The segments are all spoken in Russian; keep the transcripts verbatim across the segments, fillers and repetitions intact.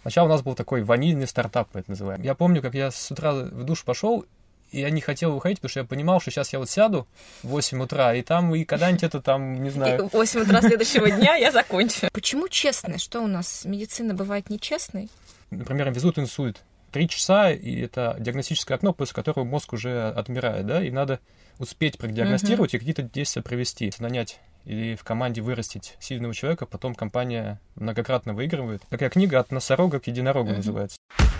Сначала у нас был такой ванильный стартап, мы это называем. Я помню, как я с утра в душ пошел, и я не хотел выходить, потому что я понимал, что сейчас я вот сяду в восемь утра, и там, и когда-нибудь это там, не знаю... И в восемь утра следующего дня я закончу. Почему честно? Что у нас? Медицина бывает нечестной? Например, везут инсульт. Три часа, и это диагностическое окно, после которого мозг уже отмирает, да, и надо успеть продиагностировать uh-huh. и какие-то действия провести, нанять или в команде вырастить сильного человека, потом компания многократно выигрывает. Такая книга «От носорога к единорогу» uh-huh. называется.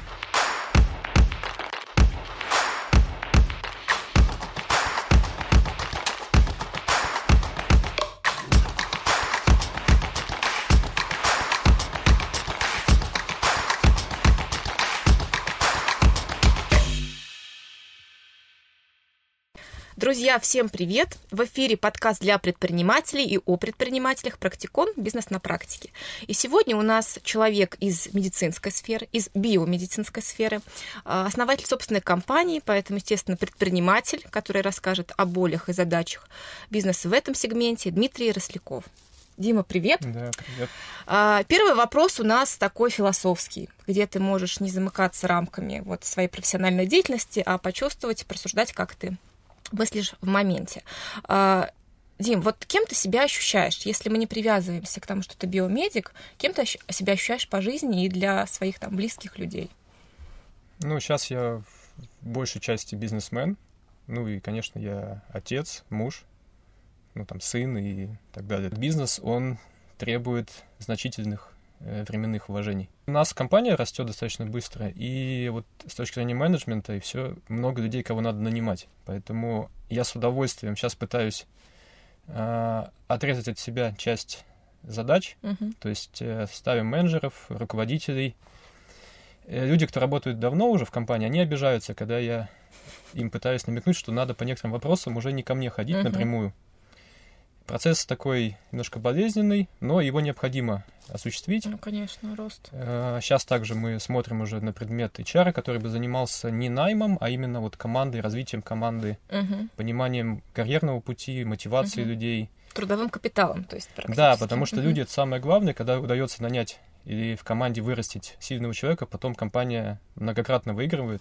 Друзья, всем привет! В эфире подкаст для предпринимателей и о предпринимателях «Практикон. Бизнес на практике». И сегодня у нас человек из медицинской сферы, из биомедицинской сферы, основатель собственной компании, поэтому, естественно, предприниматель, который расскажет о болях и задачах бизнеса в этом сегменте, Дмитрий Росляков. Дима, привет. Да, привет. Первый вопрос у нас такой философский, где ты можешь не замыкаться рамками вот своей профессиональной деятельности, а почувствовать и просуждать, как ты мыслишь в моменте. Дим, вот кем ты себя ощущаешь, если мы не привязываемся к тому, что ты биомедик, кем ты себя ощущаешь по жизни и для своих там близких людей? Ну, сейчас я в большей части бизнесмен, ну и, конечно, я отец, муж, ну там сын и так далее. Бизнес, он требует значительных временных вложений. У нас компания растет достаточно быстро, и вот с точки зрения менеджмента и все, много людей, кого надо нанимать. Поэтому я с удовольствием сейчас пытаюсь э, отрезать от себя часть задач, uh-huh. то есть э, ставим менеджеров, руководителей. Э, люди, кто работают давно уже в компании, они обижаются, когда я им пытаюсь намекнуть, что надо по некоторым вопросам уже не ко мне ходить uh-huh. напрямую. Процесс такой немножко болезненный, но его необходимо осуществить. Ну, конечно, рост. Сейчас также мы смотрим уже на предмет эйч ар, который бы занимался не наймом, а именно вот командой, развитием команды, uh-huh. пониманием карьерного пути, мотивацией uh-huh. людей. Трудовым капиталом, то есть практически. Да, потому что uh-huh. люди — это самое главное, когда удается нанять или в команде вырастить сильного человека, потом компания многократно выигрывает.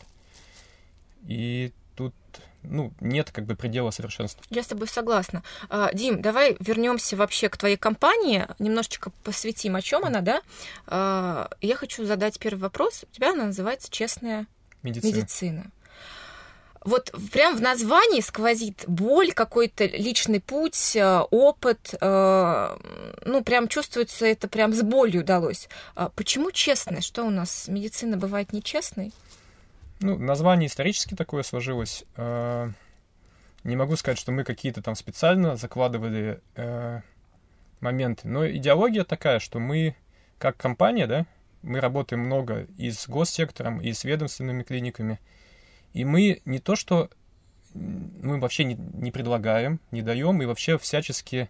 И тут, ну, нет как бы предела совершенства. Я с тобой согласна. Дим, давай вернемся вообще к твоей компании, немножечко посвятим, о чем она, да? Я хочу задать первый вопрос. У тебя она называется «Честная медицина». медицина. Вот прям в названии сквозит боль, какой-то личный путь, опыт. Ну, прям чувствуется, это прям с болью удалось. Почему честная? Что у нас, медицина бывает нечестной? Ну, название исторически такое сложилось. Не могу сказать, что мы какие-то там специально закладывали моменты, но идеология такая, что мы, как компания, да, мы работаем много и с госсектором, и с ведомственными клиниками, и мы не то, что мы вообще не, не предлагаем, не даем, и вообще всячески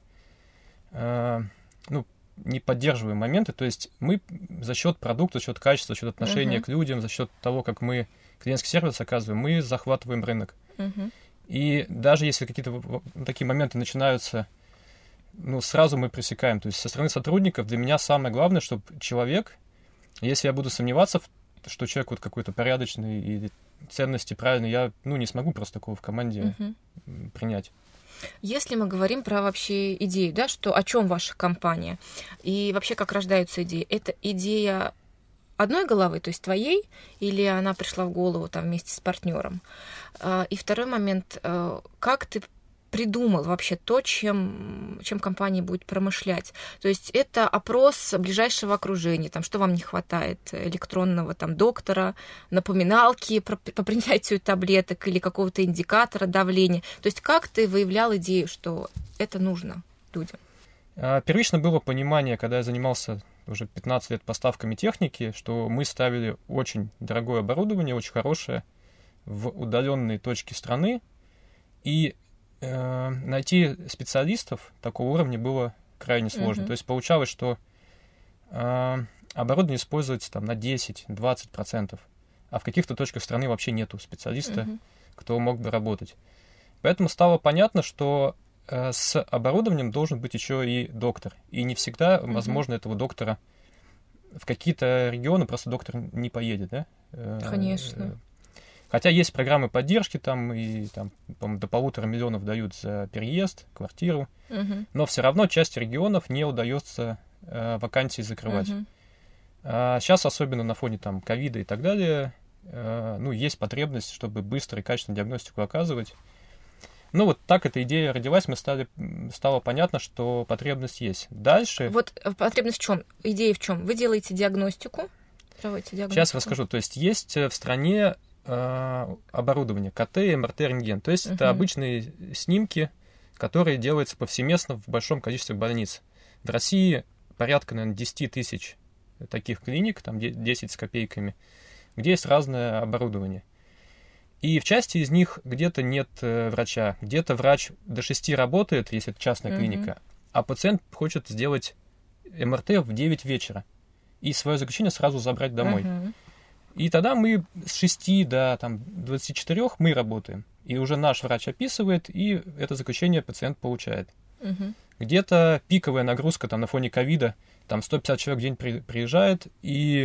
ну, не поддерживаем моменты, то есть мы за счет продукта, за счет качества, за счет отношения uh-huh. к людям, за счет того, как мы клиентский сервис оказываем, мы захватываем рынок. Uh-huh. И даже если какие-то такие моменты начинаются, ну, сразу мы пресекаем. То есть со стороны сотрудников для меня самое главное, чтобы человек, если я буду сомневаться, что человек вот какой-то порядочный и ценности правильные, я, ну, не смогу просто такого в команде uh-huh. принять. Если мы говорим про вообще идею, да, что о чем ваша компания и вообще как рождаются идеи, это идея одной головы, то есть твоей, или она пришла в голову там вместе с партнером? И второй момент, как ты придумал вообще то, чем, чем компания будет промышлять? То есть это опрос ближайшего окружения, там, что вам не хватает, электронного там, доктора, напоминалки по, по принятию таблеток или какого-то индикатора давления. То есть как ты выявлял идею, что это нужно людям? Первично было понимание, когда я занимался уже пятнадцать лет поставками техники, что мы ставили очень дорогое оборудование, очень хорошее, в удаленные точки страны, и э, найти специалистов такого уровня было крайне сложно. Uh-huh. То есть получалось, что э, оборудование используется там на десять-двадцать процентов, а в каких-то точках страны вообще нету специалиста, uh-huh. кто мог бы работать. Поэтому стало понятно, что э, с оборудованием должен быть еще и доктор. И не всегда uh-huh. возможно этого доктора в какие-то регионы просто доктор не поедет, да? Конечно. Хотя есть программы поддержки, там и там, по-моему, до полутора миллионов дают за переезд, квартиру, Угу. но все равно часть регионов не удается э, вакансии закрывать. Угу. А сейчас, особенно на фоне там ковида и так далее, э, ну, есть потребность, чтобы быстро и качественную диагностику оказывать. Ну, вот так эта идея родилась, мы стали, стало понятно, что потребность есть. Дальше... Вот потребность в чем? Идея в чем? Вы делаете диагностику? Проводите диагностику? Сейчас расскажу. То есть есть в стране э, оборудование КТ, МРТ, рентген. То есть uh-huh. это обычные снимки, которые делаются повсеместно в большом количестве больниц. В России порядка, наверное, десять тысяч таких клиник, там десять с копейками, где есть разное оборудование. И в части из них где-то нет э, врача, где-то врач до шести работает, если это частная uh-huh. клиника, а пациент хочет сделать МРТ в девять вечера и свое заключение сразу забрать домой. Uh-huh. И тогда мы с шести до там, двадцати четырёх мы работаем. И уже наш врач описывает, и это заключение пациент получает. Uh-huh. Где-то пиковая нагрузка там, на фоне ковида, там сто пятьдесят человек в день при, приезжает, и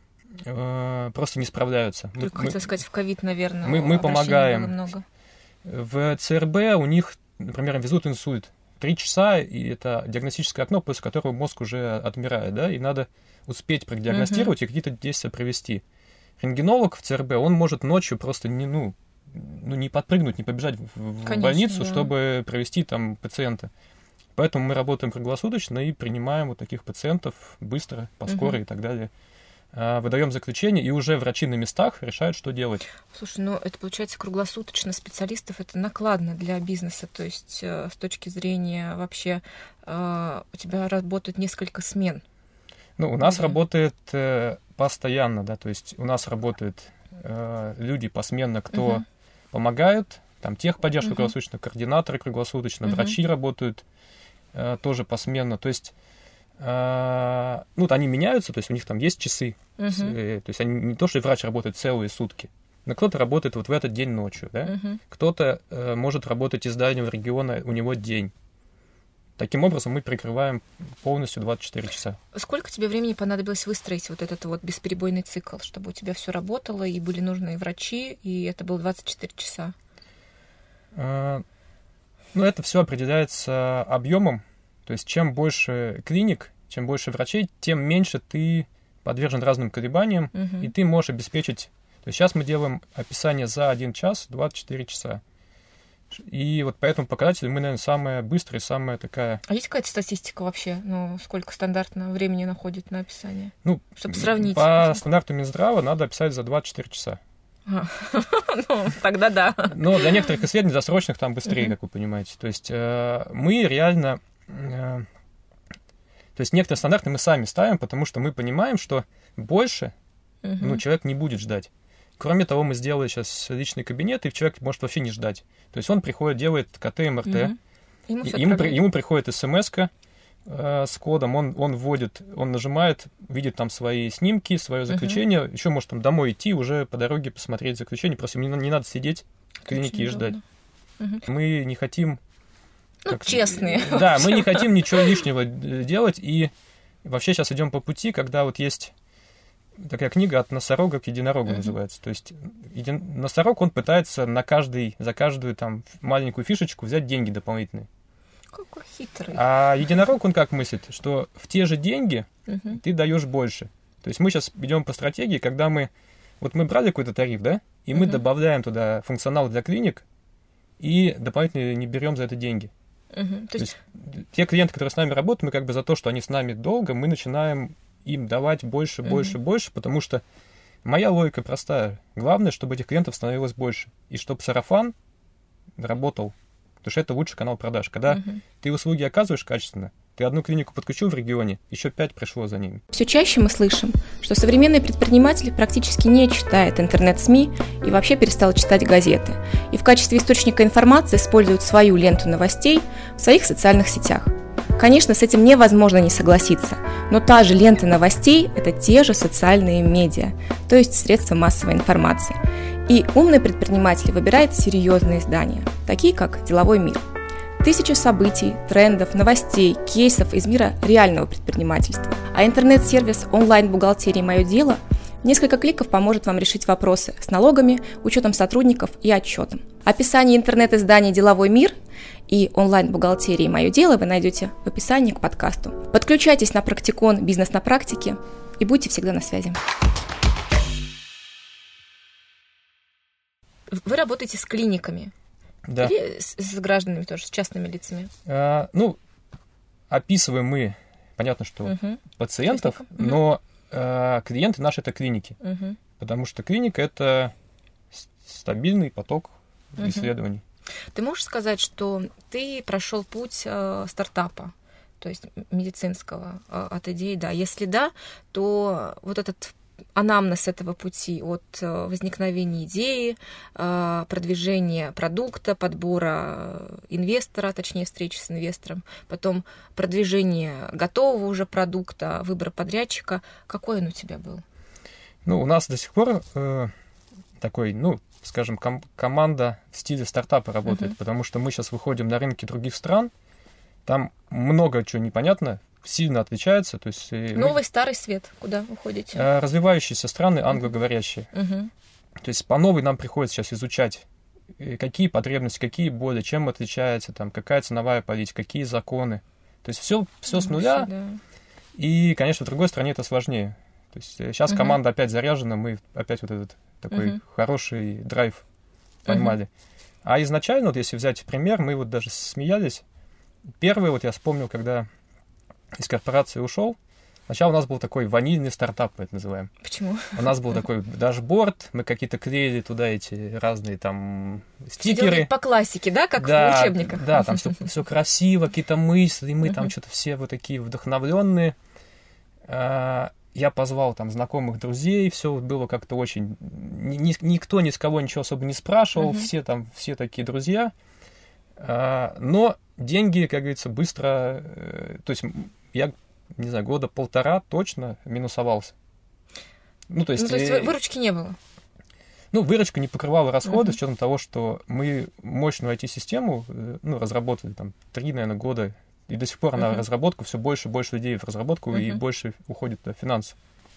э, просто не справляются. Только мы, хотел сказать, в ковид, наверное, мы, мы помогаем. Много. В ЦРБ у них, например, везут инсульт. Три часа, и это диагностическое окно, после которого мозг уже отмирает, да, и надо успеть продиагностировать uh-huh. и какие-то действия провести. Рентгенолог в ЦРБ, он может ночью просто не, ну, ну, не подпрыгнуть, не побежать в, в больницу, да. чтобы провести там пациента. Поэтому мы работаем круглосуточно и принимаем вот таких пациентов быстро, по скорой uh-huh. и так далее. Выдаем заключение, и уже врачи на местах решают, что делать. Слушай, ну это получается круглосуточно специалистов, это накладно для бизнеса, то есть э, с точки зрения вообще э, у тебя работает несколько смен. Ну, у нас да. работает э, постоянно, да, то есть у нас работают э, люди посменно, кто uh-huh. помогают, там техподдержка uh-huh. круглосуточно, координаторы круглосуточно, uh-huh. врачи работают э, тоже посменно, то есть Uh, ну, они меняются, то есть у них там есть часы. Uh-huh. То есть они не то, что врач работает целые сутки, но кто-то работает вот в этот день ночью, да? Uh-huh. Кто-то uh, может работать из дальнего региона, у него день. Таким образом мы прикрываем полностью двадцать четыре часа. Сколько тебе времени понадобилось выстроить вот этот вот бесперебойный цикл, чтобы у тебя все работало, и были нужные врачи, и это было двадцать четыре часа? Uh, ну, это все определяется объемом. То есть чем больше клиник, чем больше врачей, тем меньше ты подвержен разным колебаниям, uh-huh. и ты можешь обеспечить... То есть сейчас мы делаем описание за один час, двадцать четыре часа. И вот по этому показателю мы, наверное, самая быстрая, самая такая... А есть какая-то статистика вообще? Ну, сколько стандартно времени находит на описание? Ну, чтобы сравнить. По стандарту Минздрава надо описать за двадцать четыре часа. А. Ну, тогда да. Но для некоторых исследований досрочных там быстрее, uh-huh. как вы понимаете. То есть э, мы реально... То есть некоторые стандарты мы сами ставим, потому что мы понимаем, что больше uh-huh. ну, человек не будет ждать. Кроме того, мы сделали сейчас личный кабинет, и человек может вообще не ждать. То есть он приходит, делает КТ, МРТ, uh-huh. ему, ему, при, ему приходит смс-ка э, с кодом, он, он вводит, он нажимает, видит там свои снимки, свое заключение, uh-huh. еще может там домой идти, уже по дороге посмотреть заключение, просто ему не, не надо сидеть в клинике Очень и ждать. Uh-huh. Мы не хотим... Ну, как, честные. Да, мы не хотим ничего лишнего делать, и вообще сейчас идем по пути, когда вот есть такая книга «От носорога к единорогу» uh-huh. называется. То есть един... носорог, он пытается на каждый, за каждую там маленькую фишечку взять деньги дополнительные. Какой хитрый. А единорог, он как мыслит, что в те же деньги uh-huh. ты даешь больше. То есть мы сейчас идем по стратегии, когда мы... Вот мы брали какой-то тариф, да, и uh-huh. мы добавляем туда функционал для клиник, и дополнительно не берем за это деньги. Uh-huh. То есть те клиенты, которые с нами работают, мы как бы за то, что они с нами долго, мы начинаем им давать больше, больше, uh-huh. больше, потому что моя логика простая. Главное, чтобы этих клиентов становилось больше. И чтобы сарафан работал. Потому что это лучший канал продаж. Когда uh-huh. ты услуги оказываешь качественно, ты одну клинику подключил в регионе, еще пять пришло за ними. Все чаще мы слышим, что современный предприниматель практически не читает интернет-СМИ и вообще перестал читать газеты. И в качестве источника информации используют свою ленту новостей в своих социальных сетях. Конечно, с этим невозможно не согласиться, но та же лента новостей – это те же социальные медиа, то есть средства массовой информации. И умный предприниматель выбирает серьезные издания, такие как «Деловой мир». Тысячи событий, трендов, новостей, кейсов из мира реального предпринимательства. А интернет-сервис онлайн-бухгалтерии «Мое дело» в несколько кликов поможет вам решить вопросы с налогами, учетом сотрудников и отчетом. Описание интернет-издания «Деловой мир» и онлайн-бухгалтерии «Мое дело» вы найдете в описании к подкасту. Подключайтесь на практикон «Бизнес на практике» и будьте всегда на связи. Вы работаете с клиниками? Да. Или с, с гражданами тоже, с частными лицами? А, ну, описываем мы, понятно, что угу. пациентов, угу. но а, клиенты наши — это клиники. Угу. Потому что клиника — это стабильный поток угу. исследований. Ты можешь сказать, что ты прошел путь э, стартапа, то есть медицинского, э, от идеи, да. Если да, то вот этот анамнез этого пути от возникновения идеи, продвижения продукта, подбора инвестора, точнее встречи с инвестором, потом продвижение готового уже продукта, выбора подрядчика. Какой он у тебя был? Ну, у нас до сих пор э, такой, ну, скажем, ком- команда в стиле стартапа работает, uh-huh. потому что мы сейчас выходим на рынки других стран, там много чего непонятно, сильно отличается. То есть новый, мы, старый свет, куда уходите? Развивающиеся страны, англоговорящие. Uh-huh. То есть по новой нам приходится сейчас изучать, какие потребности, какие боли, чем отличается, там, какая ценовая политика, какие законы. То есть все, все с нуля. Да. И, конечно, в другой стране это сложнее. То есть сейчас uh-huh. команда опять заряжена, мы опять вот этот такой uh-huh. хороший драйв поймали. Uh-huh. А изначально, вот если взять пример, мы вот даже смеялись. Первый, вот я вспомнил, когда из корпорации ушел. Сначала у нас был такой ванильный стартап, мы это называем. Почему? У нас был такой дашборд, мы какие-то клеили туда эти разные там стикеры. По классике, да, как да, в учебниках? Да, там все, все красиво, какие-то мысли, и мы там что-то все вот такие вдохновленные. Я позвал там знакомых друзей, все было как-то очень... Никто ни с кого ничего особо не спрашивал, все там, все такие друзья. Но деньги, как говорится, быстро... То есть я, не знаю, года полтора точно минусовался. Ну, то есть... Ну, то есть э... выручки не было? Ну, выручка не покрывала расходы, uh-huh. с учетом того, что мы мощную ай ти-систему, ну, разработали там три, наверное, года, и до сих пор uh-huh. на разработку все больше и больше людей в разработку, uh-huh. и больше уходит в финансы.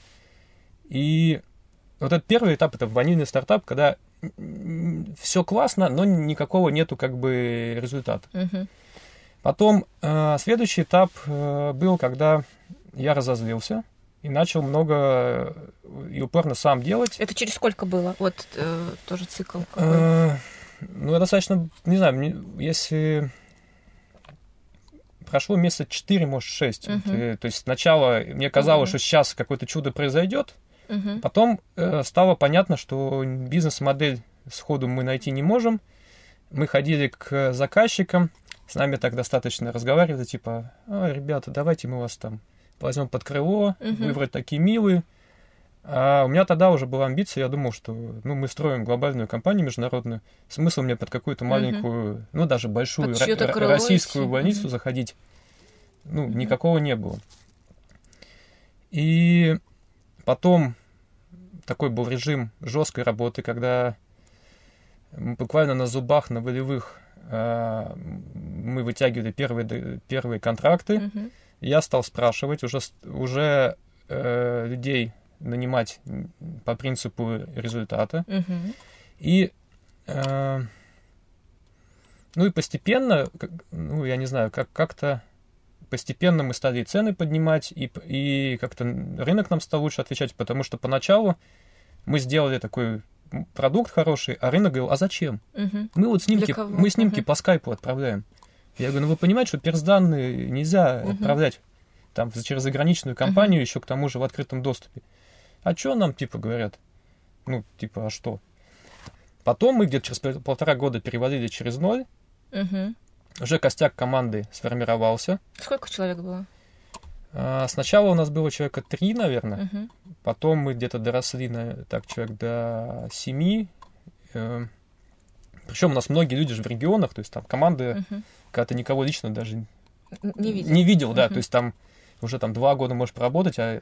И вот этот первый этап — это ванильный стартап, когда все классно, но никакого нету как бы результата. Uh-huh. Потом э, следующий этап э, был, когда я разозлился и начал много и упорно сам делать. Это через сколько было? Вот э, тоже цикл какой? Э, ну, я достаточно, не знаю, если прошло месяца четыре, может, шесть. Uh-huh. Вот, то есть сначала мне казалось, uh-huh. что сейчас какое-то чудо произойдет, uh-huh. потом э, стало понятно, что бизнес-модель сходу мы найти не можем. Мы ходили к заказчикам, с нами так достаточно разговаривали, типа, а, ребята, давайте мы вас там возьмем под крыло, uh-huh. вы вроде такие милые. А у меня тогда уже была амбиция, я думал, что ну, мы строим глобальную компанию международную, смысл мне под какую-то маленькую, uh-huh. ну даже большую р- российскую больницу uh-huh. заходить, ну, uh-huh. никакого не было. И потом такой был режим жесткой работы, когда буквально на зубах, на волевых мы вытягивали первые, первые контракты. Uh-huh. Я стал спрашивать уже, уже э, людей нанимать по принципу результата. Uh-huh. И э, ну и постепенно, ну я не знаю, как, как-то постепенно мы стали цены поднимать, и, и как-то рынок нам стал лучше отвечать, потому что поначалу мы сделали такой продукт хороший, а рынок говорил, а зачем? Uh-huh. Мы вот снимки, мы снимки uh-huh. по скайпу отправляем. Я говорю, ну вы понимаете, что персданные нельзя uh-huh. отправлять там через заграничную компанию, uh-huh. еще к тому же в открытом доступе. А что нам, типа, говорят? Ну, типа, а что? Потом мы где-то через полтора года переводили через ноль. Uh-huh. Уже костяк команды сформировался. Сколько человек было? Сначала у нас было человека три, наверное. Uh-huh. Потом мы где-то доросли на так, человек до семи. Причем у нас многие люди же в регионах, то есть там команды, uh-huh. когда ты никого лично даже не видел, не видел uh-huh. да, то есть там уже там два года можешь поработать, а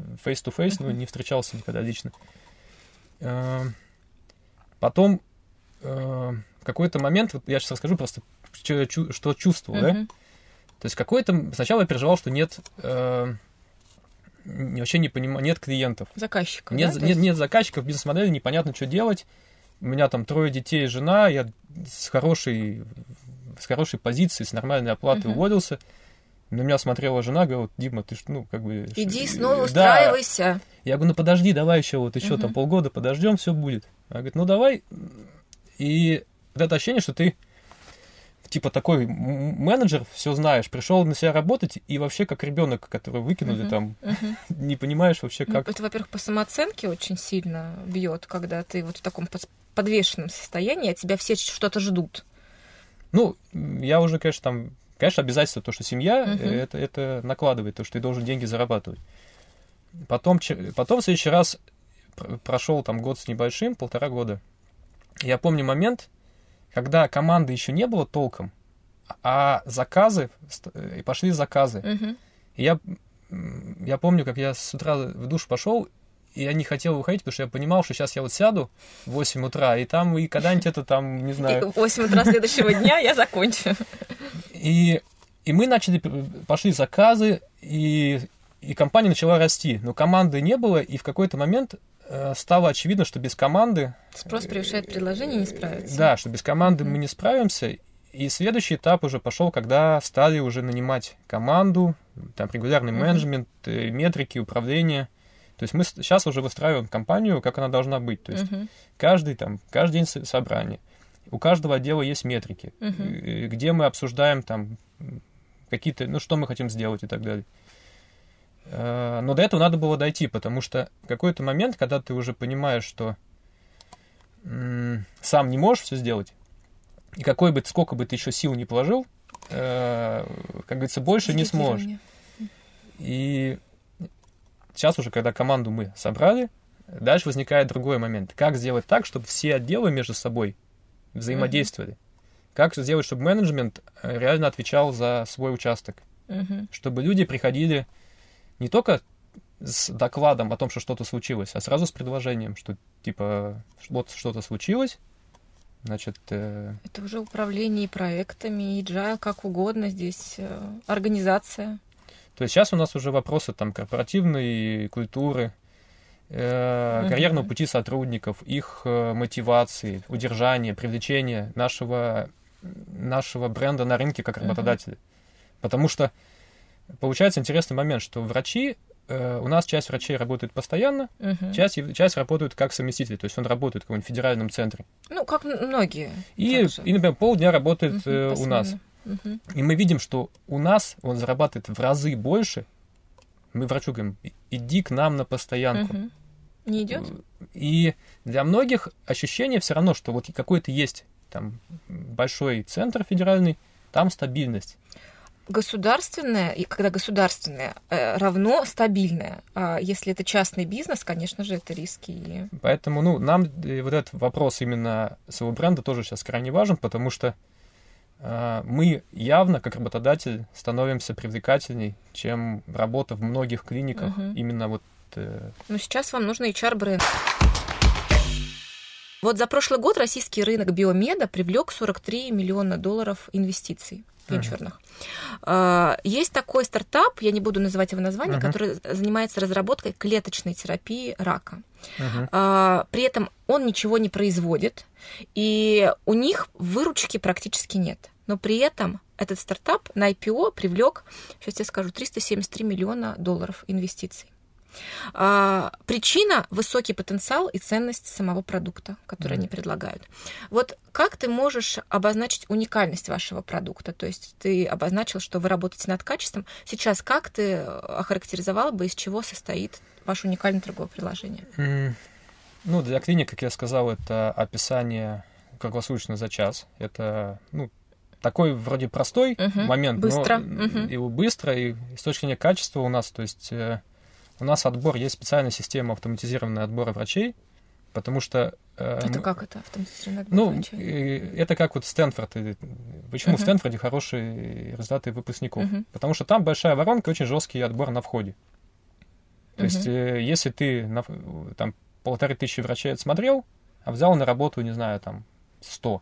face-to-face, uh-huh. ну, не встречался никогда лично. Потом э, в какой-то момент, вот я сейчас расскажу просто, что, что чувствовал, uh-huh. да? То есть какой-то... Сначала я переживал, что нет... Э, вообще не понимаю, нет клиентов. Заказчиков, нет, да? Нет, нет заказчиков, бизнес-модели, непонятно, что делать. У меня там трое детей, жена, я с хорошей, с хорошей позиции, с нормальной оплатой uh-huh. уволился. На меня смотрела жена, говорила: Дима, ты ж, ну, как бы... Иди снова устраивайся. Да. Я говорю: ну, подожди, давай еще вот еще uh-huh. там полгода подождем, все будет. Она говорит: ну, давай. И вот это ощущение, что ты типа такой менеджер, все знаешь, пришел на себя работать, и вообще как ребенок, который выкинули uh-huh. там, uh-huh. не понимаешь вообще как... Ну, это, во-первых, по самооценке очень сильно бьет, когда ты вот в таком подвешенном состоянии, от тебя все что-то ждут. Ну, я уже, конечно, там... Конечно, обязательство, то, что семья, uh-huh. это, это накладывает, то, что ты должен деньги зарабатывать. Потом, потом в следующий раз прошел там год с небольшим, полтора года. Я помню момент, когда команды еще не было толком, а заказы, и пошли заказы. Uh-huh. И я, я помню, как я с утра в душ пошел, и я не хотел выходить, потому что я понимал, что сейчас я вот сяду в восемь утра, и там, и когда-нибудь это там, не знаю... И в восемь утра следующего дня я закончу. И, и мы начали, пошли заказы, и, и компания начала расти. Но команды не было, и в какой-то момент э, стало очевидно, что без команды... Спрос превышает предложение, не справится. Да, что без команды mm-hmm. мы не справимся. И следующий этап уже пошел, когда стали уже нанимать команду, там регулярный mm-hmm. менеджмент, метрики, управление. То есть мы сейчас уже выстраиваем компанию, как она должна быть. То есть uh-huh. каждый, там, каждый день собрание. У каждого отдела есть метрики, uh-huh. где мы обсуждаем там какие-то, ну, что мы хотим сделать и так далее. Но до этого надо было дойти, потому что в какой-то момент, когда ты уже понимаешь, что м- сам не можешь все сделать, и какой бы, сколько бы ты еще сил не положил, э- как говорится, больше не сможешь. И сейчас уже, когда команду мы собрали, дальше возникает другой момент. Как сделать так, чтобы все отделы между собой взаимодействовали? Uh-huh. Как сделать, чтобы менеджмент реально отвечал за свой участок? Uh-huh. Чтобы люди приходили не только с докладом о том, что что-то случилось, а сразу с предложением, что типа вот что-то случилось, значит... Э... Это уже управление проектами, agile, как угодно здесь, э, организация. То есть сейчас у нас уже вопросы там корпоративной культуры, э, uh-huh. карьерного пути сотрудников, их э, мотивации, удержания, привлечения нашего, нашего бренда на рынке как работодателя. Uh-huh. Потому что получается интересный момент, что врачи, э, у нас часть врачей работает постоянно, uh-huh. часть, часть работает как совместители, то есть он работает в каком-нибудь федеральном центре. Ну, как многие. И, и например, полдня работает uh-huh, э, у нас. Uh-huh. И мы видим, что у нас он зарабатывает в разы больше. Мы врачу говорим: иди к нам на постоянку. Uh-huh. Не идет? И для многих ощущение все равно, что вот какой-то есть там большой центр федеральный, там стабильность. Государственное, и когда государственное равно стабильное. А если это частный бизнес, конечно же, это риски. Поэтому, ну, нам вот этот вопрос именно своего бренда тоже сейчас крайне важен, потому что мы явно, как работодатель, становимся привлекательней, чем работа в многих клиниках. Uh-huh. Именно вот... Э... Но сейчас вам нужен эйч ар-бренд. Вот за прошлый год российский рынок биомеда привлек сорок три миллиона долларов инвестиций венчурных. Uh-huh. Есть такой стартап, я не буду называть его название, uh-huh. который занимается разработкой клеточной терапии рака. Uh-huh. При этом он ничего не производит, и у них выручки практически нет. Но при этом этот стартап на ай пи о привлек, сейчас я скажу, триста семьдесят три миллиона долларов инвестиций. А, причина – высокий потенциал и ценность самого продукта, который mm. они предлагают. Вот как ты можешь обозначить уникальность вашего продукта? То есть ты обозначил, что вы работаете над качеством. Сейчас как ты охарактеризовал бы, из чего состоит ваше уникальное торговое приложение? Mm. Ну, для клиник, как я сказал, это описание круглосуточно за час. Это, ну, такой вроде простой uh-huh. момент, быстро. но uh-huh. его быстро, и с точки зрения качества у нас, то есть э, у нас отбор, есть специальная система автоматизированного отбора врачей, потому что... Э, это как это, автоматизированный отбор ну, врачей? Э, это как вот Стэнфорд. Почему uh-huh. в Стэнфорде хорошие результаты выпускников? Uh-huh. Потому что там большая воронка, очень жесткий отбор на входе. То uh-huh. есть э, если ты на, там полторы тысячи врачей отсмотрел, а взял на работу, не знаю, там сто,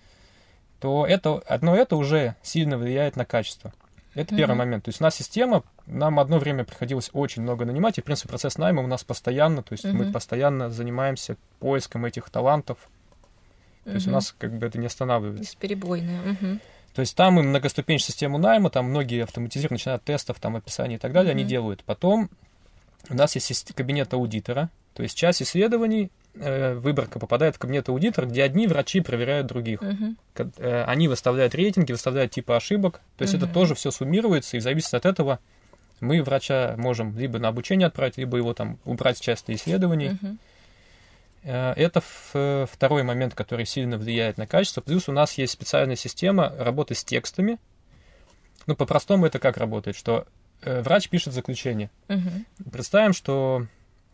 то это, одно это уже сильно влияет на качество. Это mm-hmm. первый момент. То есть у нас система, нам одно время приходилось очень много нанимать, и, в принципе, процесс найма у нас постоянно, то есть mm-hmm. мы постоянно занимаемся поиском этих талантов. То mm-hmm. есть у нас как бы это не останавливается. Бесперебойное. Mm-hmm. То есть там и многоступенчатую систему найма, там многие автоматизированно, начиная от тестов, там, описаний и так далее, mm-hmm. они делают. Потом у нас есть кабинет аудитора, то есть часть исследований, э, выборка попадает в кабинет аудитора, где одни врачи проверяют других. Mm-hmm. Э, они выставляют рейтинги, выставляют типы ошибок, то есть mm-hmm. это тоже все суммируется, и в зависимости от этого мы врача можем либо на обучение отправить, либо его там убрать с части исследований. Mm-hmm. Это второй момент, который сильно влияет на качество. Плюс у нас есть специальная система работы с текстами. Ну, по-простому это как работает, что врач пишет заключение. Uh-huh. Представим, что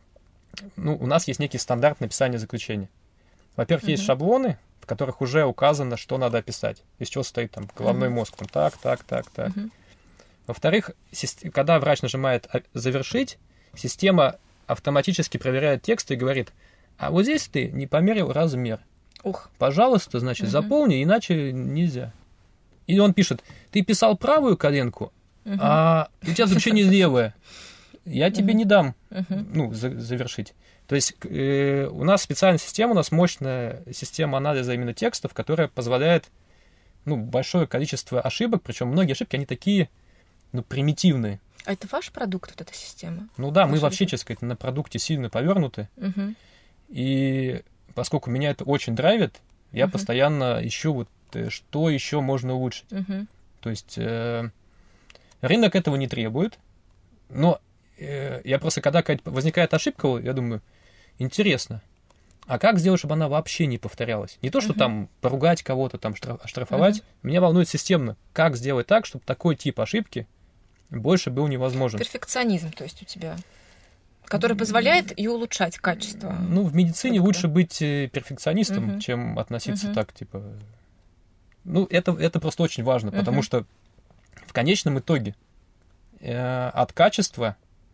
ну, у нас есть некий стандарт написания заключения. Во-первых, uh-huh. есть шаблоны, в которых уже указано, что надо описать. Из чего состоит там головной uh-huh. мозг. Там, так, так, так, так. Uh-huh. Во-вторых, когда врач нажимает «завершить», система автоматически проверяет текст и говорит: а вот здесь ты не померил размер. Ух. Пожалуйста, значит, угу. заполни, иначе нельзя. Или он пишет: ты писал правую коленку, угу. а у тебя заключение левое. Я тебе угу. не дам угу. ну, за- завершить. То есть э, у нас специальная система, у нас мощная система анализа именно текстов, которая позволяет ну, большое количество ошибок, причем многие ошибки, они такие ну, примитивные. А это ваш продукт, вот эта система? Ну да, Ваша мы вообще, честно сказать, на продукте сильно повернуты. Угу. И поскольку меня это очень драйвит, я uh-huh. постоянно ищу, вот, что еще можно улучшить. Uh-huh. То есть э, рынок этого не требует, но э, я просто, когда возникает ошибка, я думаю, интересно, а как сделать, чтобы она вообще не повторялась? Не то, что uh-huh. там поругать кого-то, там штрафовать, uh-huh. меня волнует системно, как сделать так, чтобы такой тип ошибки больше был невозможен. Перфекционизм, то есть у тебя... который позволяет и улучшать качество. Ну, в медицине продукта. Лучше быть перфекционистом, uh-huh. чем относиться uh-huh. так, типа... Ну, это, это просто очень важно, uh-huh. потому что в конечном итоге э, от качества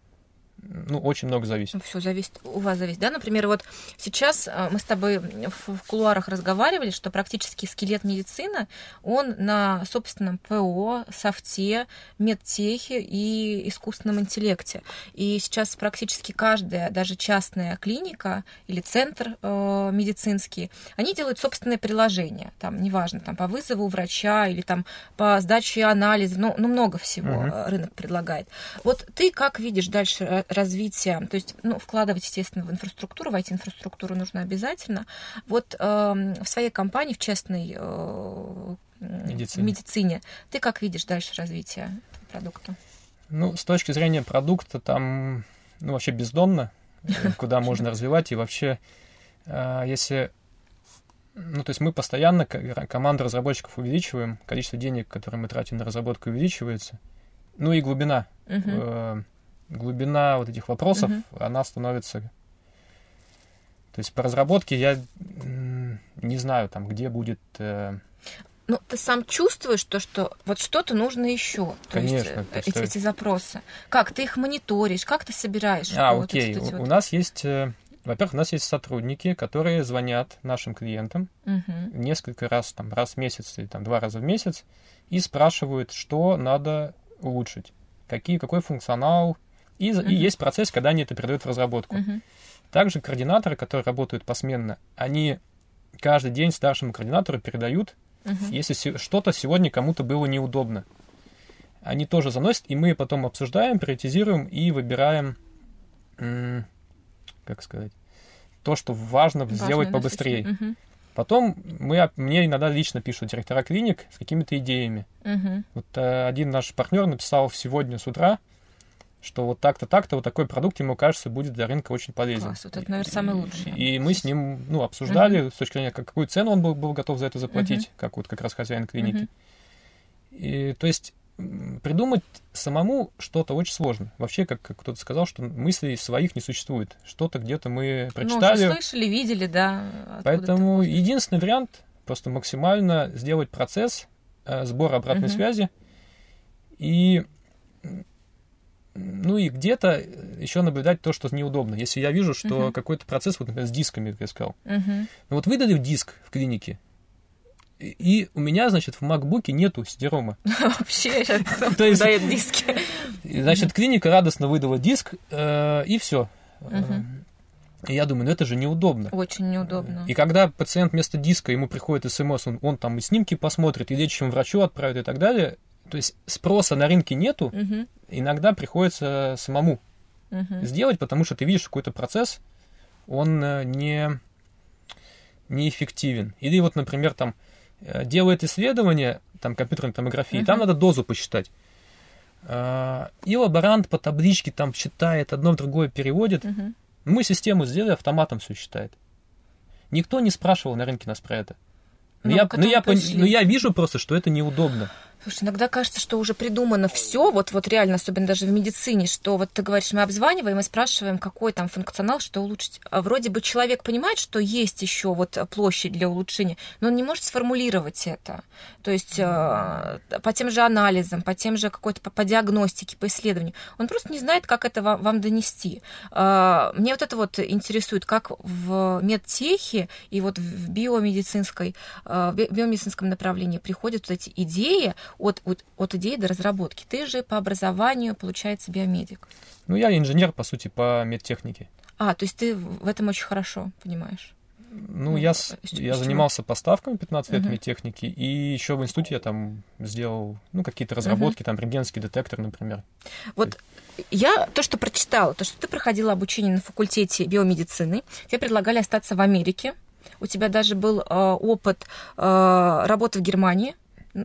ну, очень много зависит. Все зависит, у вас зависит, да? Например, вот сейчас мы с тобой в, в кулуарах разговаривали, что практически скелет медицины, он на собственном ПО, софте, медтехе и искусственном интеллекте. И сейчас практически каждая, даже частная клиника или центр э, медицинский, они делают собственное приложение. Там, неважно, там, по вызову врача или там по сдаче анализов, ну, ну много всего uh-huh. рынок предлагает. Вот ты как видишь дальше развития, то есть, ну, вкладывать, естественно, в инфраструктуру, в ай ти-инфраструктуру нужно обязательно. Вот э, в своей компании, в частной э, медицине. медицине, ты как видишь дальше развитие продукта? Ну, с точки зрения продукта, там, ну, вообще бездонно, куда можно развивать, и вообще, если... Ну, то есть мы постоянно, команда разработчиков увеличиваем, количество денег, которые мы тратим на разработку, увеличивается, ну и глубина. Глубина вот этих вопросов, uh-huh. она становится... То есть по разработке я не знаю, там, где будет... Э... Ну, ты сам чувствуешь то, что вот что-то нужно еще. Конечно. То есть, эти, эти запросы. Как ты их мониторишь, как ты собираешь? А, окей. Вот, у, вот... у нас есть... Во-первых, у нас есть сотрудники, которые звонят нашим клиентам uh-huh. несколько раз, там, раз в месяц или там, два раза в месяц и спрашивают, что надо улучшить, какие, какой функционал. И, uh-huh. и есть процесс, когда они это передают в разработку. Uh-huh. Также координаторы, которые работают посменно, они каждый день старшему координатору передают, uh-huh. если что-то сегодня кому-то было неудобно. Они тоже заносят, и мы потом обсуждаем, приоритизируем и выбираем, м- как сказать, то, что важно, важно сделать побыстрее. Uh-huh. Потом мы, мне иногда лично пишут директора клиник с какими-то идеями. Uh-huh. Вот э, один наш партнер написал сегодня с утра, что вот так-то, так-то, вот такой продукт, ему кажется, будет для рынка очень полезен. Класс, вот это, наверное, самый лучший. И, и мы с ним, ну, обсуждали uh-huh. с точки зрения, какую цену он был, был готов за это заплатить, uh-huh. как вот как раз хозяин клиники. Uh-huh. И, то есть придумать самому что-то очень сложно. Вообще, как, как кто-то сказал, что мыслей своих не существует. Что-то где-то мы прочитали. Ну, слышали, видели, да. Поэтому единственный вариант просто максимально сделать процесс э, сбора обратной uh-huh. связи и ну и где-то еще наблюдать то, что неудобно. Если я вижу, что uh-huh. какой-то процесс, вот, например, с дисками, как я сказал. Uh-huh. Ну вот выдали диск в клинике, И у меня, значит, в MacBook'е нету си ди-рома. Вообще, кто дает диски. Значит, клиника радостно выдала диск, и все. И я думаю, ну это же неудобно. Очень неудобно. И когда пациент вместо диска, ему приходит смс, он, он там и снимки посмотрит, и лечащему врачу отправит и так далее, то есть спроса на рынке нету, угу. иногда приходится самому угу. сделать, потому что ты видишь какой-то процесс, он не, неэффективен. Или вот, например, там делает исследование, там, компьютерной томографии, угу. там надо дозу посчитать. И лаборант по табличке там считает, одно в другое переводит. Угу. Мы систему сделали, автоматом все считает. Никто не спрашивал на рынке нас про это. Но, но, я, но, я, но я вижу просто, что это неудобно. Слушай, иногда кажется, что уже придумано все, вот, вот реально, особенно даже в медицине, что вот ты говоришь, мы обзваниваем и спрашиваем, какой там функционал, что улучшить. А вроде бы человек понимает, что есть еще вот площадь для улучшения, но он не может сформулировать это. То есть mm-hmm. по тем же анализам, по тем же какой-то по, по диагностике, по исследованию. Он просто не знает, как это вам, вам донести. Мне вот это вот интересует, как в медтехе и вот в биомедицинской, в биомедицинском направлении приходят вот эти идеи, От, от, от идеи до разработки. Ты же по образованию, получается, биомедик. Ну, я инженер, по сути, по медтехнике. А, то есть ты в этом очень хорошо понимаешь? Ну, ну я, с, я занимался поставками пятнадцать лет uh-huh. медтехники, и еще в институте я там сделал, ну, какие-то разработки, uh-huh. там, рентгенский детектор, например. Вот я то, что прочитала, то, что ты проходила обучение на факультете биомедицины, тебе предлагали остаться в Америке, у тебя даже был э, опыт э, работы в Германии.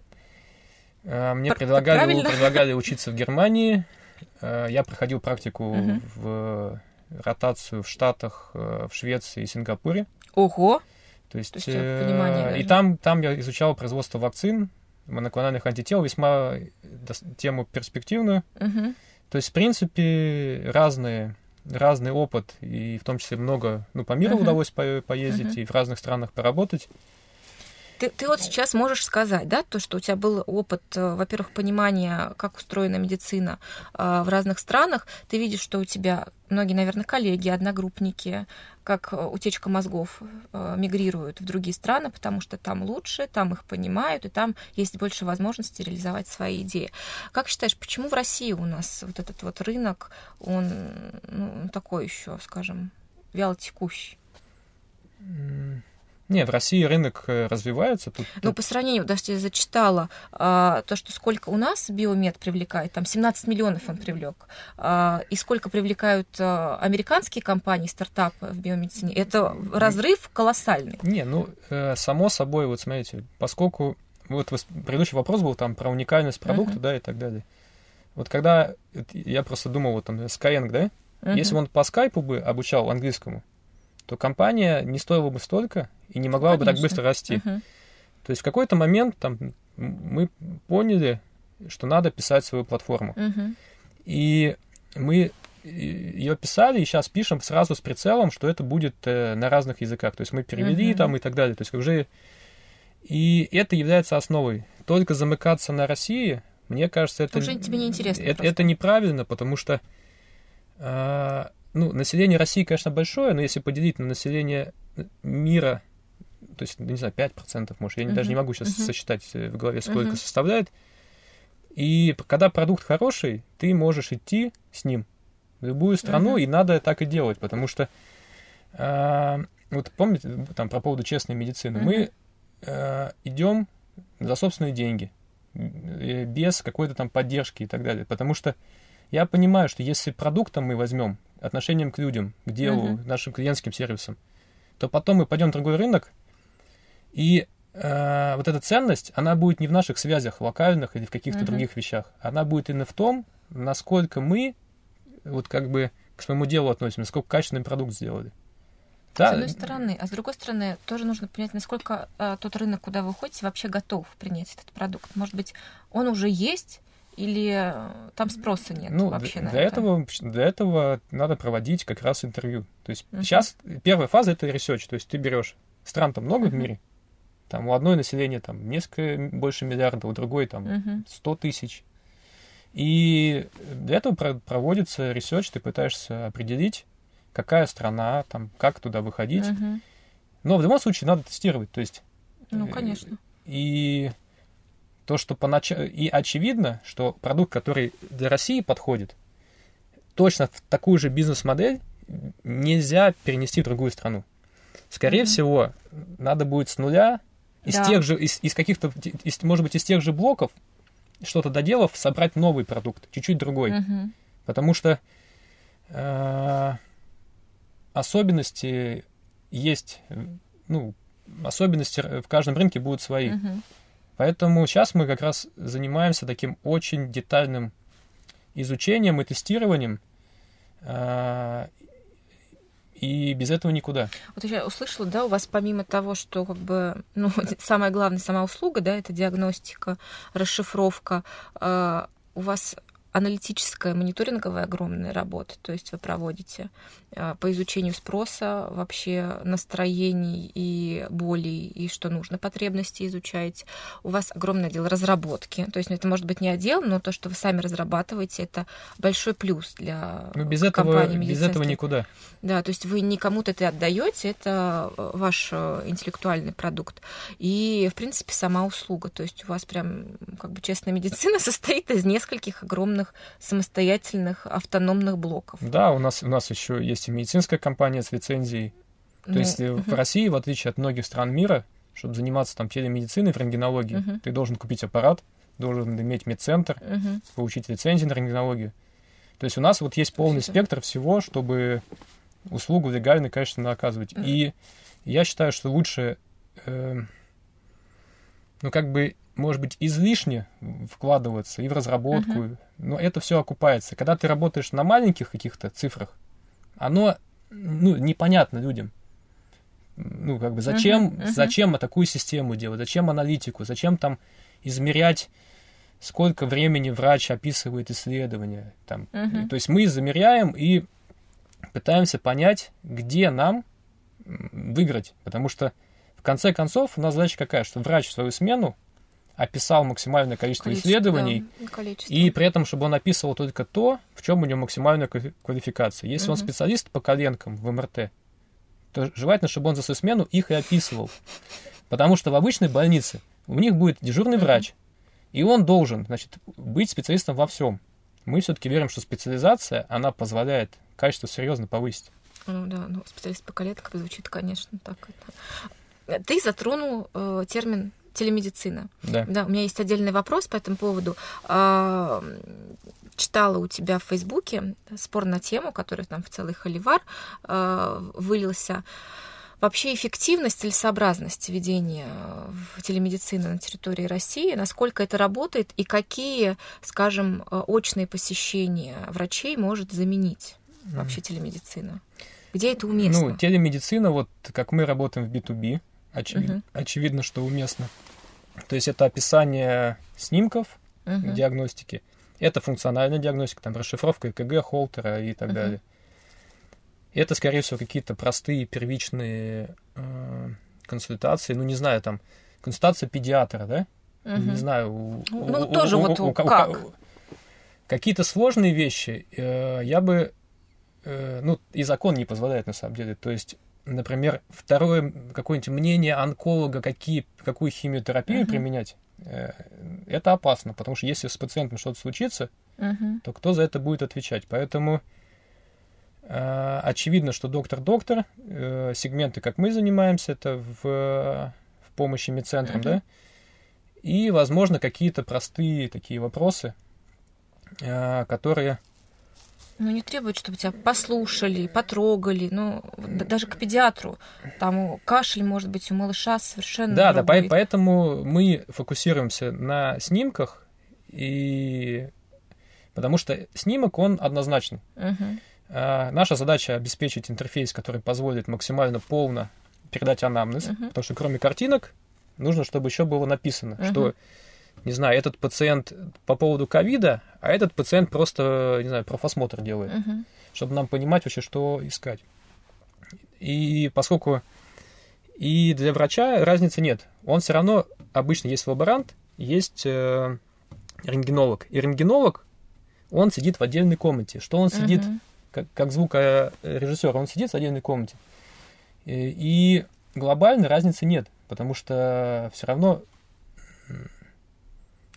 Мне предлагали, предлагали учиться в Германии. Я проходил практику uh-huh. в ротацию в Штатах, в Швеции и Сингапуре. Ого! То есть, То есть понимание, и там, там я изучал производство вакцин, моноклональных антител, весьма тему перспективную. Uh-huh. То есть, в принципе, разные, разный опыт, и в том числе много, ну, по миру uh-huh. удалось по- поездить uh-huh. и в разных странах поработать. Ты, ты вот сейчас можешь сказать, да, то, что у тебя был опыт, во-первых, понимания, как устроена медицина в разных странах. Ты видишь, что у тебя многие, наверное, коллеги, одногруппники, как утечка мозгов мигрируют в другие страны, потому что там лучше, там их понимают, и там есть больше возможностей реализовать свои идеи. Как считаешь, почему в России у нас вот этот вот рынок, он, ну, такой еще, скажем, вялотекущий? Не, в России рынок развивается. Тут, ну, по сравнению, даже я зачитала, а, то, что сколько у нас биомед привлекает, там семнадцать миллионов он привлек, а, и сколько привлекают а, американские компании, стартапы в биомедицине, это разрыв колоссальный. Не, ну, э, само собой, вот смотрите, поскольку, вот предыдущий вопрос был там про уникальность продукта, uh-huh. да, и так далее. Вот когда, я просто думал, вот там, Skyeng, да, uh-huh. если бы он по скайпу бы обучал английскому, то компания не стоила бы столько и не могла Конечно. бы так быстро расти. Uh-huh. То есть в какой-то момент там, мы поняли, что надо писать свою платформу. Uh-huh. И мы ее писали, и сейчас пишем сразу с прицелом, что это будет э, на разных языках. То есть мы перевели uh-huh. там и так далее. То есть уже... И это является основой. Только замыкаться на России, мне кажется, это, уже тебе не интересно это, это неправильно, потому что... Э, Ну, население России, конечно, большое, но если поделить на население мира, то есть, не знаю, пять процентов, может, я uh-huh. даже не могу сейчас uh-huh. сосчитать в голове, сколько uh-huh. составляет. И когда продукт хороший, ты можешь идти с ним в любую страну, uh-huh. и надо так и делать, потому что, э, вот помните, там, про поводу честной медицины, uh-huh. мы э, идем за собственные деньги, без какой-то там поддержки и так далее, потому что я понимаю, что если продуктом мы возьмем, отношением к людям, к делу, uh-huh. нашим клиентским сервисам, то потом мы пойдем в другой рынок, и э, вот эта ценность, она будет не в наших связях локальных или в каких-то uh-huh. других вещах, она будет именно в том, насколько мы вот как бы к своему делу относимся, насколько качественный продукт сделали. Да. С одной стороны, а с другой стороны, тоже нужно понять, насколько э, тот рынок, куда вы ходите, вообще готов принять этот продукт. Может быть, он уже есть, или там спроса нет ну, вообще для на это? Этого, для этого надо проводить как раз интервью. То есть uh-huh. сейчас первая фаза — это research. То есть ты берешь стран-то много uh-huh. в мире, там у одной населения там несколько больше миллиарда, у другой там uh-huh. сто тысяч. И для этого проводится research, ты пытаешься определить, какая страна, там, как туда выходить. Uh-huh. Но в любом случае надо тестировать. То есть, ну, конечно. И то, что поначалу... И очевидно, что продукт, который для России подходит, точно в такую же бизнес-модель нельзя перенести в другую страну. Скорее mm-hmm. всего, надо будет с нуля, из да. тех же, из, из каких-то, из, может быть, из тех же блоков, что-то доделав, собрать новый продукт, чуть-чуть другой. Mm-hmm. Потому что э, особенности есть, ну, особенности в каждом рынке будут свои. Mm-hmm. Поэтому сейчас мы как раз занимаемся таким очень детальным изучением и тестированием, э, и без этого никуда. Вот я услышала, да, у вас помимо того, что как бы, ну, самое главное, сама услуга, да, это диагностика, расшифровка, э, у вас аналитическая, мониторинговая огромная работа, то есть вы проводите э, по изучению спроса, вообще настроений и болей, и что нужно, потребности изучаете. У вас огромный отдел разработки, то есть ну, это может быть не отдел, но то, что вы сами разрабатываете, это большой плюс для ну, без компании этого, без этого никуда. Да, то есть вы не кому-то это отдаете, это ваш интеллектуальный продукт. И, в принципе, сама услуга, то есть у вас прям как бы частная медицина состоит из нескольких огромных самостоятельных автономных блоков. Да, у нас, у нас еще есть и медицинская компания с лицензией. То ну, есть uh-huh. в России, в отличие от многих стран мира, чтобы заниматься там телемедициной в рентгенологии, uh-huh. ты должен купить аппарат, должен иметь медцентр, uh-huh. получить лицензию на рентгенологию. То есть у нас вот есть полный Спасибо. спектр всего, чтобы услугу легально и качественно оказывать. Uh-huh. И я считаю, что лучше, э, ну как бы, может быть, излишне вкладываться и в разработку, uh-huh. но это все окупается. Когда ты работаешь на маленьких каких-то цифрах, оно, ну, непонятно людям. Ну, как бы, зачем, uh-huh. Uh-huh. зачем такую систему делать, зачем аналитику, зачем там измерять, сколько времени врач описывает исследования. Там. Uh-huh. То есть мы замеряем и пытаемся понять, где нам выиграть. Потому что, в конце концов, у нас задача какая, что врач в свою смену описал максимальное количество, количество исследований, да, количество. И при этом, чтобы он описывал только то, в чем у него максимальная квалификация. Если угу. он специалист по коленкам в эм эр тэ, то желательно, чтобы он за свою смену их и описывал. Потому что в обычной больнице у них будет дежурный угу. врач, и он должен, значит, быть специалистом во всем. Мы все-таки верим, что специализация, она позволяет качество серьезно повысить. Ну да, ну специалист по коленкам звучит, конечно, так. Это. Ты затронул э, термин телемедицина. Да. Да, у меня есть отдельный вопрос по этому поводу. А, читала у тебя в Фейсбуке спор на тему, который там в целый холивар а, вылился. Вообще эффективность, целесообразность ведения телемедицины на территории России, насколько это работает и какие, скажем, очные посещения врачей может заменить вообще телемедицина? Где это уместно? Ну, телемедицина, вот как мы работаем в би ту би, Очевид... Uh-huh. очевидно, что уместно. То есть это описание снимков, uh-huh. диагностики. Это функциональная диагностика, там расшифровка ЭКГ, Холтера и так uh-huh. далее. Это, скорее всего, какие-то простые первичные э, консультации. Ну, не знаю, там, консультация педиатра, да? Uh-huh. Не знаю. У, ну, у, тоже у, вот у, у, как? У, какие-то сложные вещи э, я бы... Э, ну, и закон не позволяет, на самом деле. То есть... Например, второе какое-нибудь мнение онколога, какие, какую химиотерапию uh-huh. применять, э, это опасно, потому что если с пациентом что-то случится, uh-huh. то кто за это будет отвечать? Поэтому э, очевидно, что доктор-доктор, э, сегменты, как мы занимаемся, это в, в помощи медцентрам, uh-huh. да, и, возможно, какие-то простые такие вопросы, э, которые... Ну, не требует, чтобы тебя послушали, потрогали. Ну, даже к педиатру. Там кашель, может быть, у малыша совершенно Да, другой. да, поэтому мы фокусируемся на снимках, и... потому что снимок, он однозначный. Uh-huh. А, наша задача обеспечить интерфейс, который позволит максимально полно передать анамнез, uh-huh. потому что кроме картинок нужно, чтобы еще было написано, uh-huh. что... Не знаю, этот пациент по поводу ковида, а этот пациент просто, не знаю, профосмотр делает, uh-huh. чтобы нам понимать вообще, что искать. И поскольку и для врача разницы нет, он все равно, обычно есть лаборант, есть э, рентгенолог. И рентгенолог, он сидит в отдельной комнате. Что он сидит, uh-huh. как, как звукорежиссер, он сидит в отдельной комнате. И, и глобально разницы нет, потому что все равно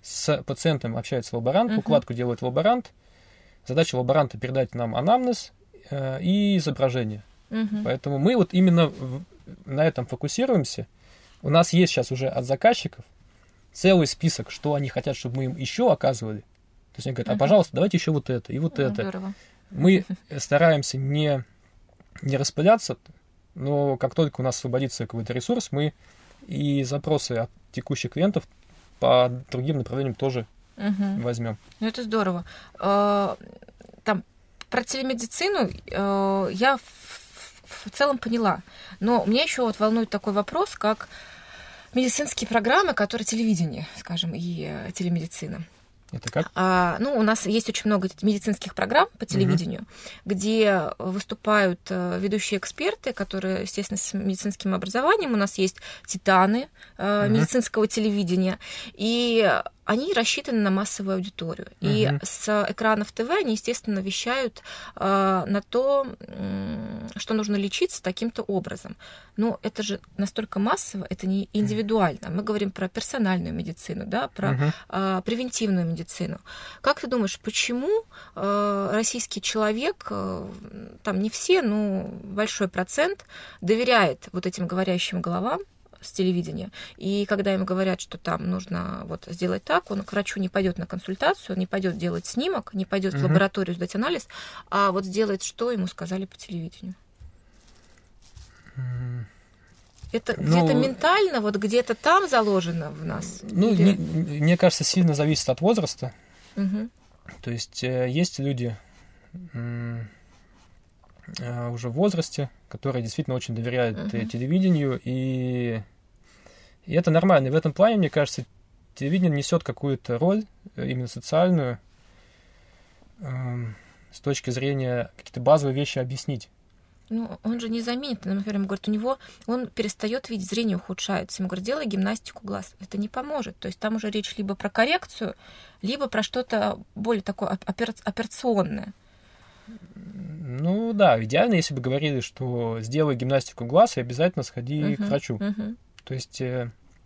с пациентом общается лаборант, Мгм. укладку делает лаборант. Задача лаборанта передать нам анамнез э, и изображение. Мгм. Поэтому мы вот именно в- на этом фокусируемся. У нас есть сейчас уже от заказчиков целый список, что они хотят, чтобы мы им еще оказывали. То есть они говорят, а Мгм. пожалуйста, давайте еще вот это и вот Ну, это. здорово. Мы стараемся не, не распыляться, но как только у нас освободится какой-то ресурс, мы и запросы от текущих клиентов по другим направлениям тоже Мгм. возьмем. Ну, это здорово. Э, Там про телемедицину э, я в, в целом поняла. Но меня еще вот волнует такой вопрос, как медицинские программы, которые телевидение, скажем, и э, телемедицина. Это как? А, ну, у нас есть очень много медицинских программ по телевидению, где выступают э, ведущие эксперты, которые, естественно, с медицинским образованием. У нас есть титаны э, Мгм. медицинского телевидения, и они рассчитаны на массовую аудиторию. И Мгм. с экранов ТВ они, естественно, вещают э, на то, м, что нужно лечиться таким-то образом. Но это же настолько массово, это не индивидуально. Мы говорим про персональную медицину, да, про Мгм. а, превентивную медицину. Как ты думаешь, почему а, российский человек, а, там не все, но большой процент, доверяет вот этим говорящим головам с телевидения, и когда им говорят, что там нужно вот сделать так, он к врачу не пойдет на консультацию, он не пойдет делать снимок, не пойдет в Мгм. лабораторию сдать анализ, а вот сделает, что ему сказали по телевидению. М, Это Ну, где-то ментально, вот где-то там заложено в нас? Ну, Или- не- мне кажется, сильно зависит от возраста. Мгм. То есть э, есть люди м, э, уже в возрасте, которые действительно очень доверяют э, Мгм. телевидению, и, и это нормально. И в этом плане, мне кажется, телевидение несет какую-то роль, э, именно социальную, эм, с точки зрения какие-то базовые вещи объяснить. Ну, он же не заменит, например, ему говорят, у него, он перестает видеть, зрение ухудшается. Ему говорят, делай гимнастику глаз. Это не поможет. То есть там уже речь либо про коррекцию, либо про что-то более такое опера- операционное. Ну да, идеально, если бы говорили, что сделай гимнастику глаз и обязательно сходи к Мгм, врачу. мгм. То есть э,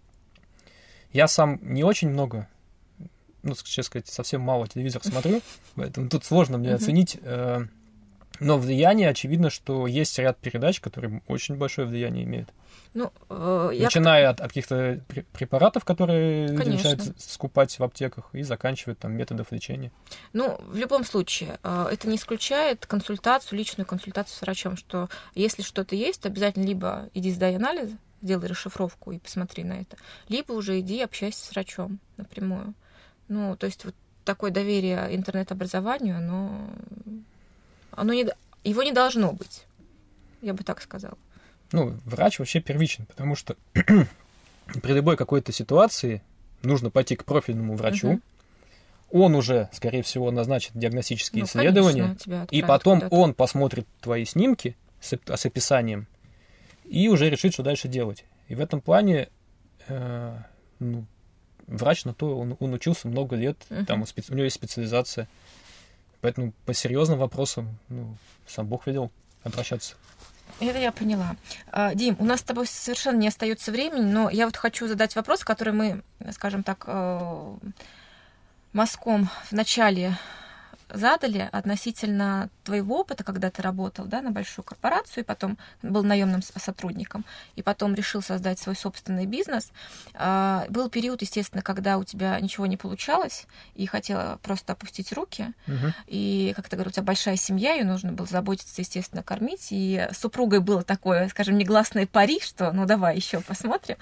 я сам не очень много, ну, честно сказать, совсем мало телевизор смотрю, поэтому тут сложно мне Мгм. оценить. э, Но влияние, очевидно, что есть ряд передач, которые очень большое влияние имеют. Ну, э, я... Начиная от, от каких-то пре- препаратов, которые люди Конечно. начинают скупать в аптеках, и заканчивая там методов лечения. Ну, в любом случае, э, это не исключает консультацию, личную консультацию с врачом, что если что-то есть, обязательно либо иди сдай анализ, сделай расшифровку и посмотри на это, либо уже иди общайся с врачом напрямую. Ну, то есть вот такое доверие интернет-образованию, оно, оно не, его не должно быть, я бы так сказала. Ну, врач вообще первичен, потому что при любой какой-то ситуации нужно пойти к профильному врачу. Мгм. Он уже, скорее всего, назначит диагностические Ну, исследования, конечно, тебя и отправят потом куда-то. он посмотрит твои снимки с, оп- с описанием и уже решит, что дальше делать. И в этом плане э, ну, врач на то, он, он учился много лет, Мгм. там у, специ- у него есть специализация. Поэтому по серьезным вопросам, ну, сам Бог велел обращаться. Это я поняла. А, Дим, у нас с тобой совершенно не остается времени, но я вот хочу задать вопрос, который мы, скажем так, э, мазком в начале задали относительно твоего опыта, когда ты работал, да, на большую корпорацию, и потом был наемным с- сотрудником, и потом решил создать свой собственный бизнес. А, Был период, естественно, когда у тебя ничего не получалось, и хотела просто опустить руки, Мгм. и, как ты говорил, у тебя большая семья, ее нужно было заботиться, естественно, кормить. И с супругой было такое, скажем, негласное пари, что ну давай еще посмотрим.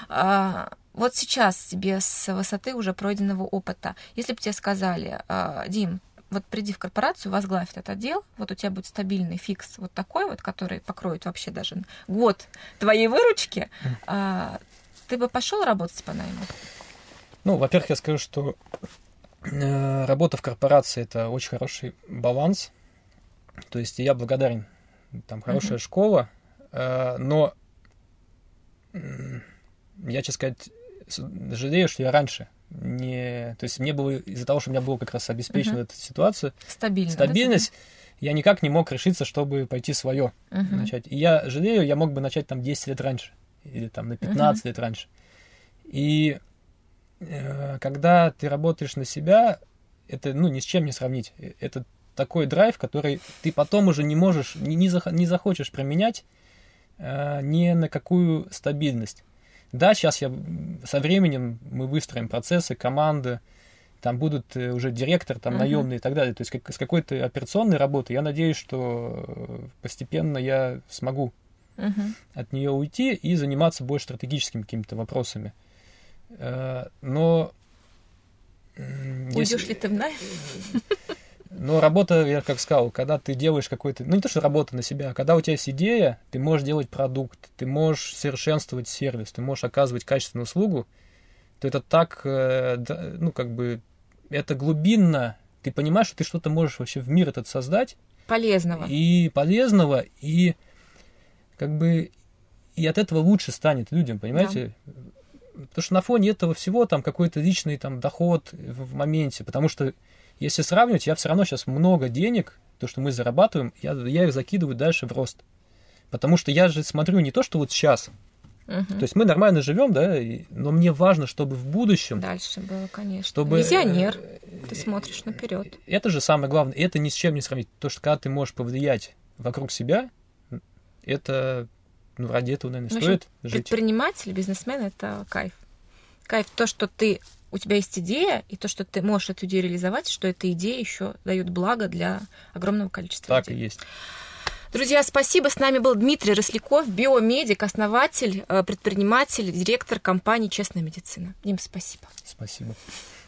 А, вот сейчас тебе с высоты уже пройденного опыта, если бы тебе сказали, а, Дим, вот приди в корпорацию, возглавь этот отдел, вот у тебя будет стабильный фикс вот такой вот, который покроет вообще даже год твоей выручки, а, ты бы пошел работать по найму? Ну, во-первых, я скажу, что э, работа в корпорации — это очень хороший баланс. То есть я благодарен. Там хорошая Мгм. школа, э, но м, я, честно сказать, с- жалею, что я раньше не... То есть мне было, из-за того, что у меня была как раз обеспечена Мгм. эта ситуация, Стабильно. да, стабильность, я никак не мог решиться, чтобы пойти свое Мгм. начать. И я жалею, я мог бы начать там десять лет раньше, или там на пятнадцать лет раньше. И когда ты работаешь на себя, это, ну, ни с чем не сравнить. Это такой драйв, который ты потом уже не можешь, не, не, зах, не захочешь променять э, ни на какую стабильность. Да, сейчас я со временем мы выстроим процессы, команды, там будут уже директор, там, uh-huh. наемные и так далее. То есть как, с какой-то операционной работы я надеюсь, что постепенно я смогу uh-huh. от нее уйти и заниматься больше стратегическими какими-то вопросами. Но... Уйдешь если... ли ты в найм? Но работа, я как сказал, когда ты делаешь какой-то... Ну, не то, что работа на себя, а когда у тебя есть идея, ты можешь делать продукт, ты можешь совершенствовать сервис, ты можешь оказывать качественную услугу, то это так, ну, как бы, это глубинно. Ты понимаешь, что ты что-то можешь вообще в мир этот создать. Полезного. И полезного, и как бы... И от этого лучше станет людям, понимаете? Да. Потому что на фоне этого всего там какой-то личный там доход в моменте. Потому что если сравнивать, я все равно сейчас много денег, то, что мы зарабатываем, я, я их закидываю дальше в рост. Потому что я же смотрю не то, что вот сейчас. Uh-huh. То есть мы нормально живем, да, но мне важно, чтобы в будущем... Дальше было, конечно. Чтобы... Визионер. Ты смотришь наперед. Это же самое главное. Это ни с чем не сравнить. То, что когда ты можешь повлиять вокруг себя, это... Ну, ради этого, наверное, ну, стоит жить. Предприниматель, бизнесмен — это кайф. Кайф то, что ты, у тебя есть идея, и то, что ты можешь эту идею реализовать, что эта идея еще дает благо для огромного количества так людей. Так и есть. Друзья, спасибо. С нами был Дмитрий Росляков, биомедик, основатель, предприниматель, директор компании «Честная медицина». Дим, спасибо. Спасибо.